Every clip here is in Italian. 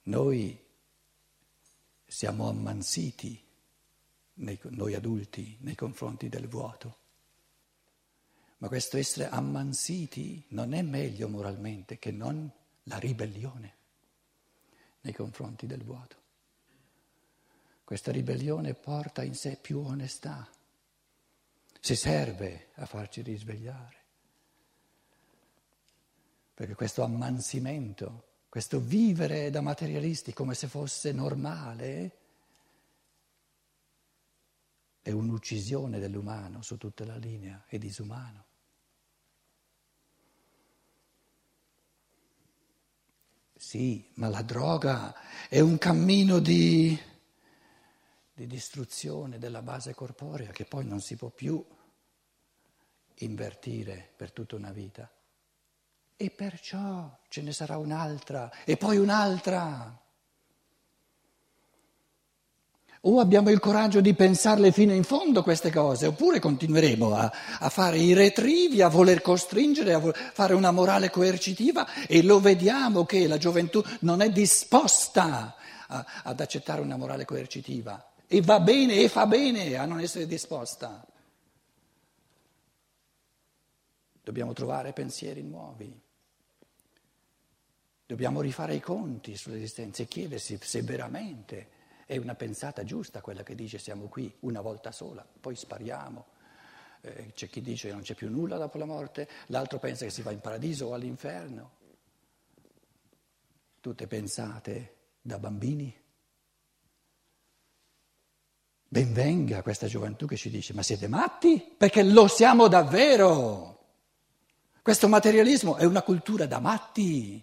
Noi siamo ammansiti, noi adulti, nei confronti del vuoto. Ma questo essere ammansiti non è meglio moralmente che non la ribellione nei confronti del vuoto. Questa ribellione porta in sé più onestà, si serve a farci risvegliare. Perché questo ammansimento, questo vivere da materialisti come se fosse normale, è un'uccisione dell'umano su tutta la linea, è disumano. Sì, ma la droga è un cammino di distruzione della base corporea che poi non si può più invertire per tutta una vita. E perciò ce ne sarà un'altra e poi un'altra. O abbiamo il coraggio di pensarle fino in fondo queste cose, oppure continueremo a fare i retrivi, a voler costringere, a fare una morale coercitiva e lo vediamo che la gioventù non è disposta ad accettare una morale coercitiva e va bene e fa bene a non essere disposta. Dobbiamo trovare pensieri nuovi. Dobbiamo rifare i conti sull'esistenza e chiedersi se veramente è una pensata giusta quella che dice siamo qui una volta sola, poi spariamo. C'è chi dice che non c'è più nulla dopo la morte, l'altro pensa che si va in paradiso o all'inferno. Tutte pensate da bambini. Ben venga questa gioventù che ci dice ma siete matti? Perché lo siamo davvero. Questo materialismo è una cultura da matti.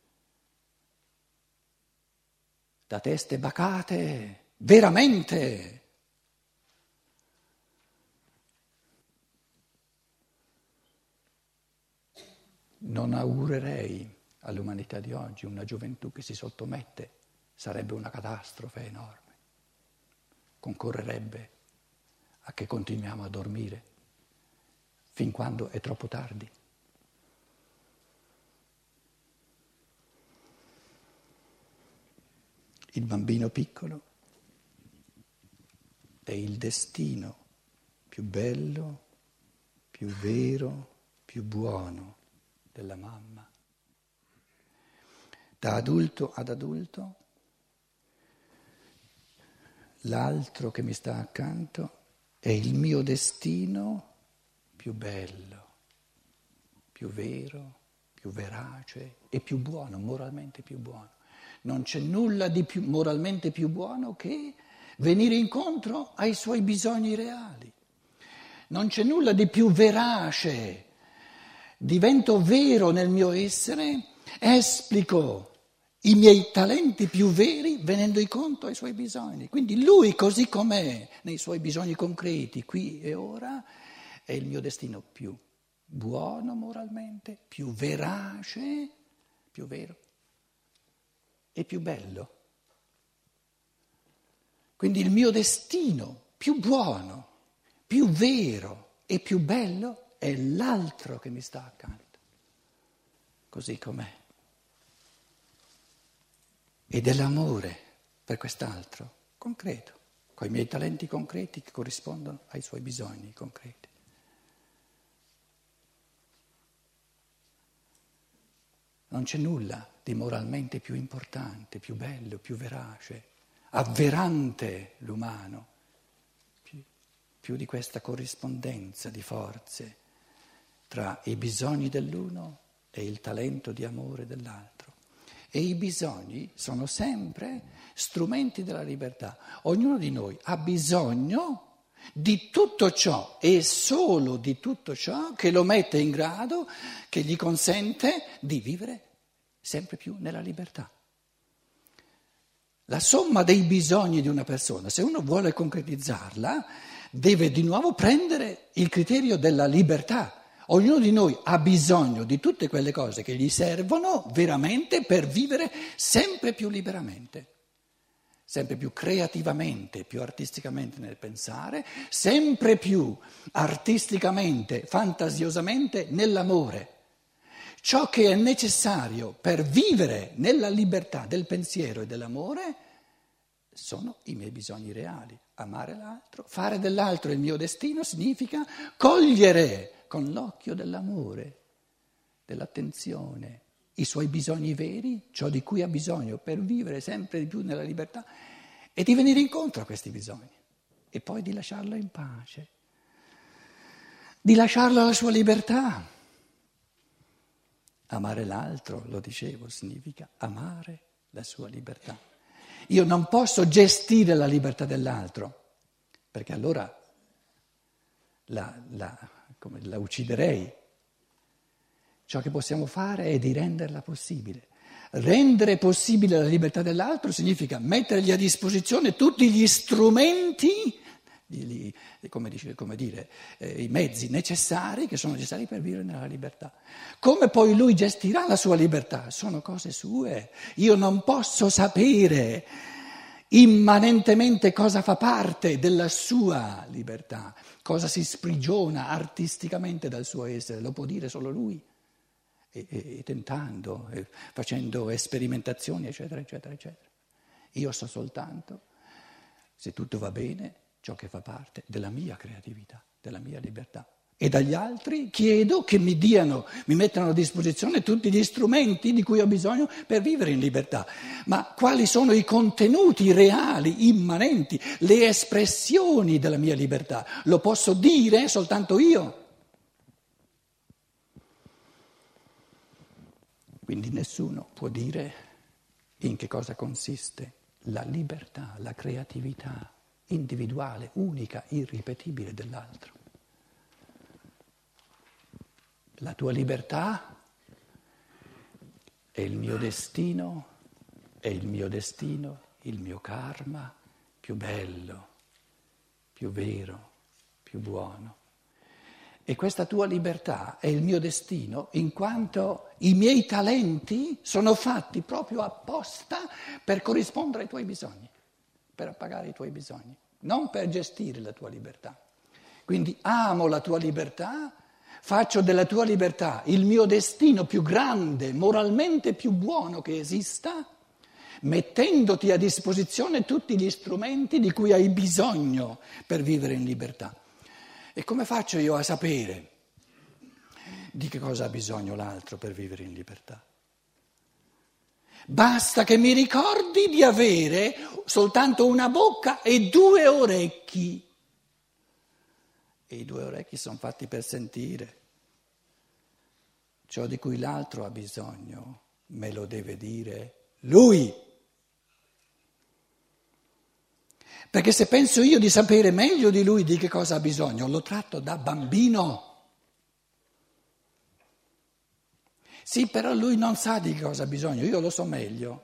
Da teste bacate, veramente. Non augurerei all'umanità di oggi una gioventù che si sottomette, sarebbe una catastrofe enorme, concorrerebbe a che continuiamo a dormire fin quando è troppo tardi. Il bambino piccolo è il destino più bello, più vero, più buono della mamma. Da adulto ad adulto, l'altro che mi sta accanto è il mio destino più bello, più vero, più verace e più buono, moralmente più buono. Non c'è nulla di più moralmente più buono che venire incontro ai suoi bisogni reali. Non c'è nulla di più verace. Divento vero nel mio essere, esplico i miei talenti più veri venendo incontro ai suoi bisogni. Quindi lui così com'è, nei suoi bisogni concreti, qui e ora, è il mio destino più buono moralmente, più verace, più vero. E più bello. Quindi il mio destino più buono, più vero e più bello è l'altro che mi sta accanto, così com'è. Ed è l'amore per quest'altro, concreto, con i miei talenti concreti che corrispondono ai suoi bisogni concreti. Non c'è nulla di moralmente più importante, più bello, più verace, avverante l'umano, più di questa corrispondenza di forze tra i bisogni dell'uno e il talento di amore dell'altro. E i bisogni sono sempre strumenti della libertà. Ognuno di noi ha bisogno di tutto ciò e solo di tutto ciò che lo mette in grado, che gli consente di vivere sempre più nella libertà. La somma dei bisogni di una persona, se uno vuole concretizzarla, deve di nuovo prendere il criterio della libertà. Ognuno di noi ha bisogno di tutte quelle cose che gli servono veramente per vivere sempre più liberamente. Sempre più creativamente, più artisticamente nel pensare, sempre più artisticamente, fantasiosamente nell'amore. Ciò che è necessario per vivere nella libertà del pensiero e dell'amore sono i miei bisogni reali. Amare l'altro, fare dell'altro il mio destino significa cogliere con l'occhio dell'amore, dell'attenzione, i suoi bisogni veri, ciò di cui ha bisogno per vivere sempre di più nella libertà e di venire incontro a questi bisogni e poi di lasciarlo in pace, di lasciarlo alla sua libertà. Amare l'altro, lo dicevo, significa amare la sua libertà. Io non posso gestire la libertà dell'altro, perché allora la ucciderei. Ciò che possiamo fare è di renderla possibile. Rendere possibile la libertà dell'altro significa mettergli a disposizione tutti gli strumenti, i mezzi necessari che sono necessari per vivere nella libertà. Come poi lui gestirà la sua libertà sono cose sue. Io non posso sapere immanentemente cosa fa parte della sua libertà, cosa si sprigiona artisticamente dal suo essere, lo può dire solo lui. E tentando, facendo sperimentazioni, eccetera, eccetera, eccetera. Io so soltanto, se tutto va bene, ciò che fa parte della mia creatività, della mia libertà. E dagli altri chiedo che mi mettano a disposizione tutti gli strumenti di cui ho bisogno per vivere in libertà. Ma quali sono i contenuti reali, immanenti, le espressioni della mia libertà? Lo posso dire soltanto io. Quindi nessuno può dire in che cosa consiste la libertà, la creatività individuale, unica, irripetibile dell'altro. La tua libertà è il mio destino, il mio karma più bello, più vero, più buono. E questa tua libertà è il mio destino in quanto i miei talenti sono fatti proprio apposta per corrispondere ai tuoi bisogni, per appagare i tuoi bisogni, non per gestire la tua libertà. Quindi amo la tua libertà, faccio della tua libertà il mio destino più grande, moralmente più buono che esista, mettendoti a disposizione tutti gli strumenti di cui hai bisogno per vivere in libertà. E come faccio io a sapere di che cosa ha bisogno l'altro per vivere in libertà? Basta che mi ricordi di avere soltanto una bocca e 2 orecchi. E i 2 orecchi sono fatti per sentire. Ciò di cui l'altro ha bisogno me lo deve dire lui. Perché se penso io di sapere meglio di lui di che cosa ha bisogno, lo tratto da bambino. Sì, però lui non sa di che cosa ha bisogno, io lo so meglio.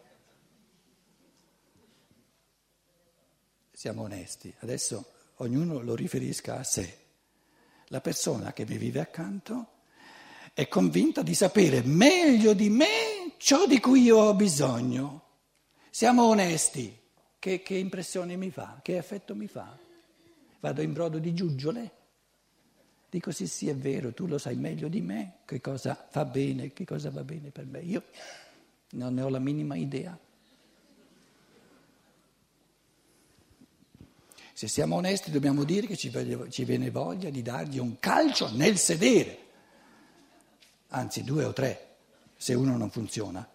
Siamo onesti, adesso ognuno lo riferisca a sé. La persona che mi vive accanto è convinta di sapere meglio di me ciò di cui io ho bisogno. Siamo onesti. Che impressione mi fa? Che effetto mi fa? Vado in brodo di giuggiole? Dico sì, è vero, tu lo sai meglio di me, che cosa fa bene, che cosa va bene per me. Io non ne ho la minima idea. Se siamo onesti dobbiamo dire che ci viene voglia di dargli un calcio nel sedere, anzi 2 o 3, se uno non funziona.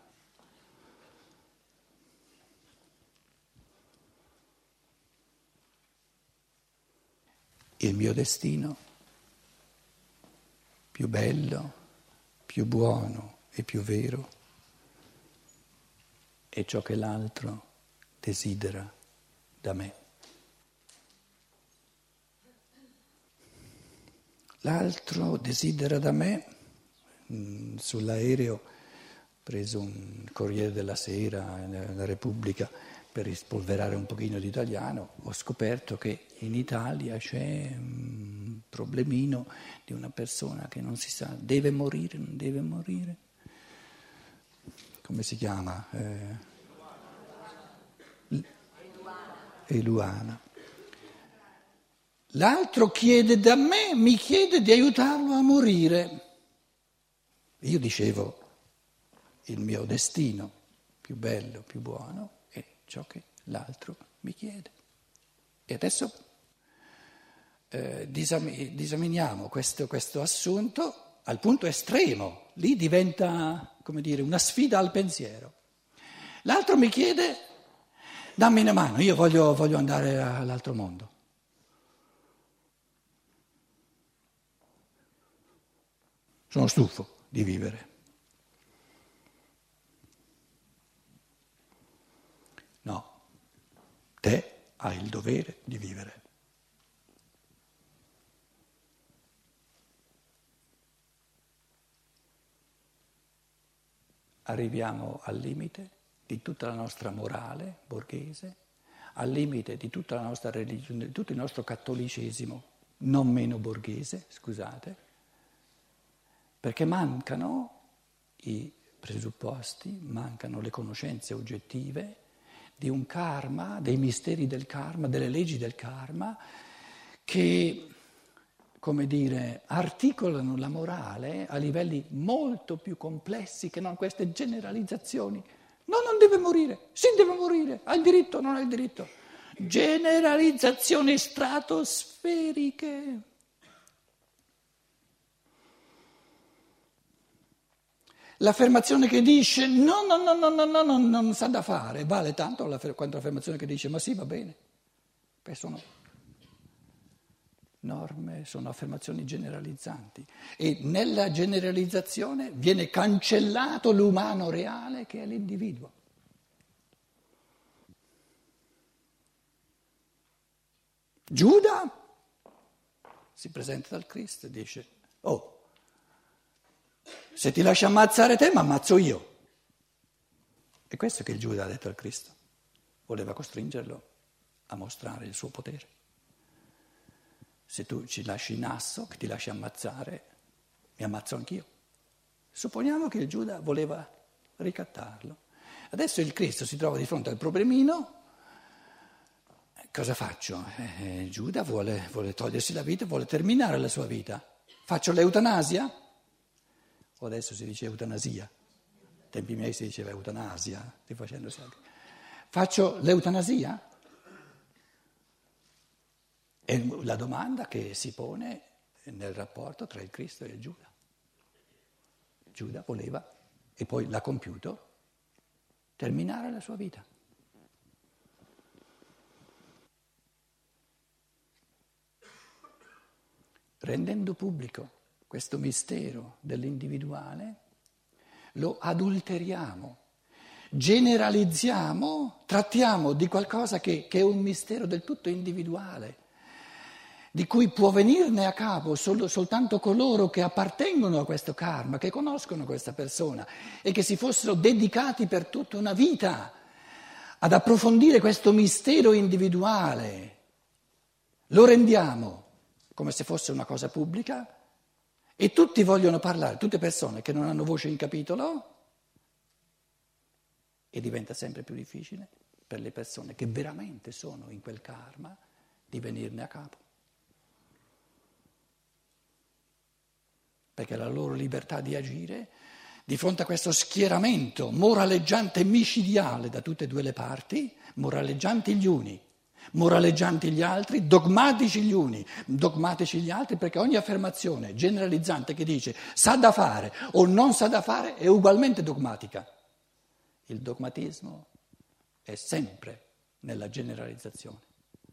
Il mio destino più bello, più buono e più vero è ciò che l'altro desidera da me. L'altro desidera da me, sull'aereo ho preso un Corriere della Sera, la Repubblica, per rispolverare un pochino di italiano, ho scoperto che in Italia c'è un problemino di una persona che non si sa, deve morire, non deve morire. Come si chiama? Eluana. L'altro chiede da me, mi chiede di aiutarlo a morire. Io dicevo il mio destino più bello, più buono è ciò che l'altro mi chiede. E adesso disaminiamo questo assunto al punto estremo, lì diventa, come dire, una sfida al pensiero. L'altro mi chiede, dammi una mano, io voglio andare all'altro mondo. Sono stufo di vivere. No, te hai il dovere di vivere. Arriviamo al limite di tutta la nostra morale borghese, al limite di tutta la nostra religione, di tutto il nostro cattolicesimo, non meno borghese, scusate, perché mancano i presupposti, mancano le conoscenze oggettive di un karma, dei misteri del karma, delle leggi del karma, che, come dire, articolano la morale a livelli molto più complessi che non queste generalizzazioni. No, non deve morire, sì deve morire, ha il diritto, non ha il diritto. Generalizzazioni stratosferiche. L'affermazione che dice no, non sa da fare, vale tanto quanto l'affermazione che dice ma sì, va bene. Beh, sono norme, sono affermazioni generalizzanti e nella generalizzazione viene cancellato l'umano reale che è l'individuo. Giuda si presenta dal Cristo e dice, oh, se ti lascio ammazzare te, mi ammazzo io. E questo che il Giuda ha detto al Cristo. Voleva costringerlo a mostrare il suo potere. Se tu ci lasci in asso, che ti lasci ammazzare, mi ammazzo anch'io. Supponiamo che il Giuda voleva ricattarlo. Adesso il Cristo si trova di fronte al problemino. Cosa faccio? Giuda vuole togliersi la vita, vuole terminare la sua vita. Faccio l'eutanasia? O adesso si dice eutanasia. Ai tempi miei si diceva eutanasia, rifacendosi anche. Faccio l'eutanasia? È la domanda che si pone nel rapporto tra il Cristo e il Giuda. Giuda voleva, e poi l'ha compiuto, terminare la sua vita. Rendendo pubblico questo mistero dell'individuale, lo adulteriamo, generalizziamo, trattiamo di qualcosa che è un mistero del tutto individuale, di cui può venirne a capo soltanto coloro che appartengono a questo karma, che conoscono questa persona e che si fossero dedicati per tutta una vita ad approfondire questo mistero individuale. Lo rendiamo come se fosse una cosa pubblica e tutti vogliono parlare, tutte persone che non hanno voce in capitolo, e diventa sempre più difficile per le persone che veramente sono in quel karma di venirne a capo. Perché la loro libertà di agire, di fronte a questo schieramento moraleggiante micidiale da tutte e due le parti, moraleggianti gli uni, moraleggianti gli altri, dogmatici gli uni, dogmatici gli altri, perché ogni affermazione generalizzante che dice sa da fare o non sa da fare è ugualmente dogmatica. Il dogmatismo è sempre nella generalizzazione.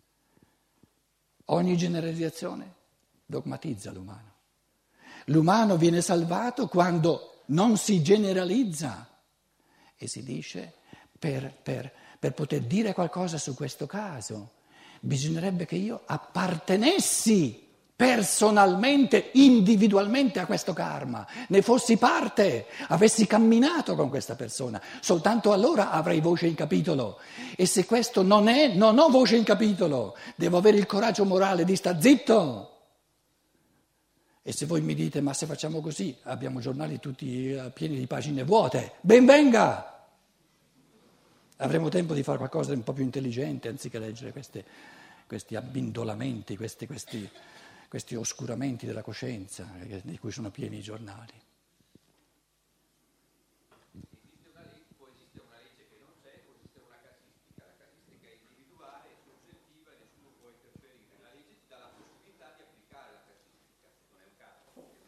Ogni generalizzazione dogmatizza l'umano. L'umano viene salvato quando non si generalizza e si dice per poter dire qualcosa su questo caso bisognerebbe che io appartenessi personalmente, individualmente a questo karma, ne fossi parte, avessi camminato con questa persona, soltanto allora avrei voce in capitolo. E se questo non è, non ho voce in capitolo, devo avere il coraggio morale di star zitto. E se voi mi dite, ma se facciamo così, abbiamo giornali tutti pieni di pagine vuote, ben venga! Avremo tempo di fare qualcosa di un po' più intelligente, anziché leggere questi abbindolamenti, questi oscuramenti della coscienza, di cui sono pieni i giornali.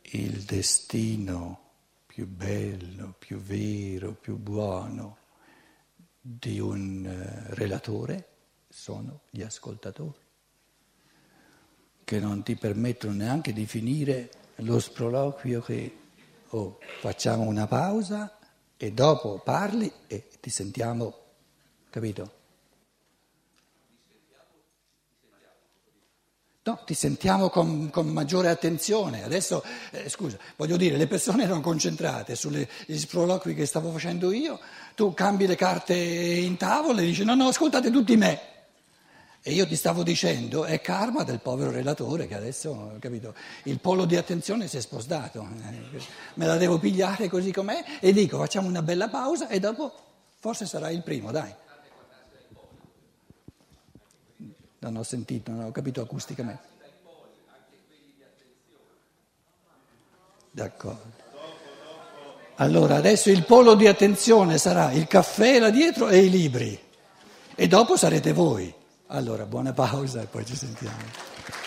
il destino più bello, più vero, più buono di un relatore sono gli ascoltatori, che non ti permettono neanche di finire lo sproloquio che facciamo una pausa e dopo parli e ti sentiamo, capito? No, ti sentiamo con maggiore attenzione. Adesso, scusa, voglio dire, le persone erano concentrate sugli sproloqui che stavo facendo io, tu cambi le carte in tavola e dici no, ascoltate tutti me. E io ti stavo dicendo, è karma del povero relatore che adesso, capito, il polo di attenzione si è spostato. Me la devo pigliare così com'è e dico facciamo una bella pausa e dopo forse sarà il primo, dai. Non ho sentito, non ho capito acusticamente. D'accordo. Allora, adesso il polo di attenzione sarà il caffè là dietro e i libri. E dopo sarete voi. Allora, buona pausa e poi ci sentiamo.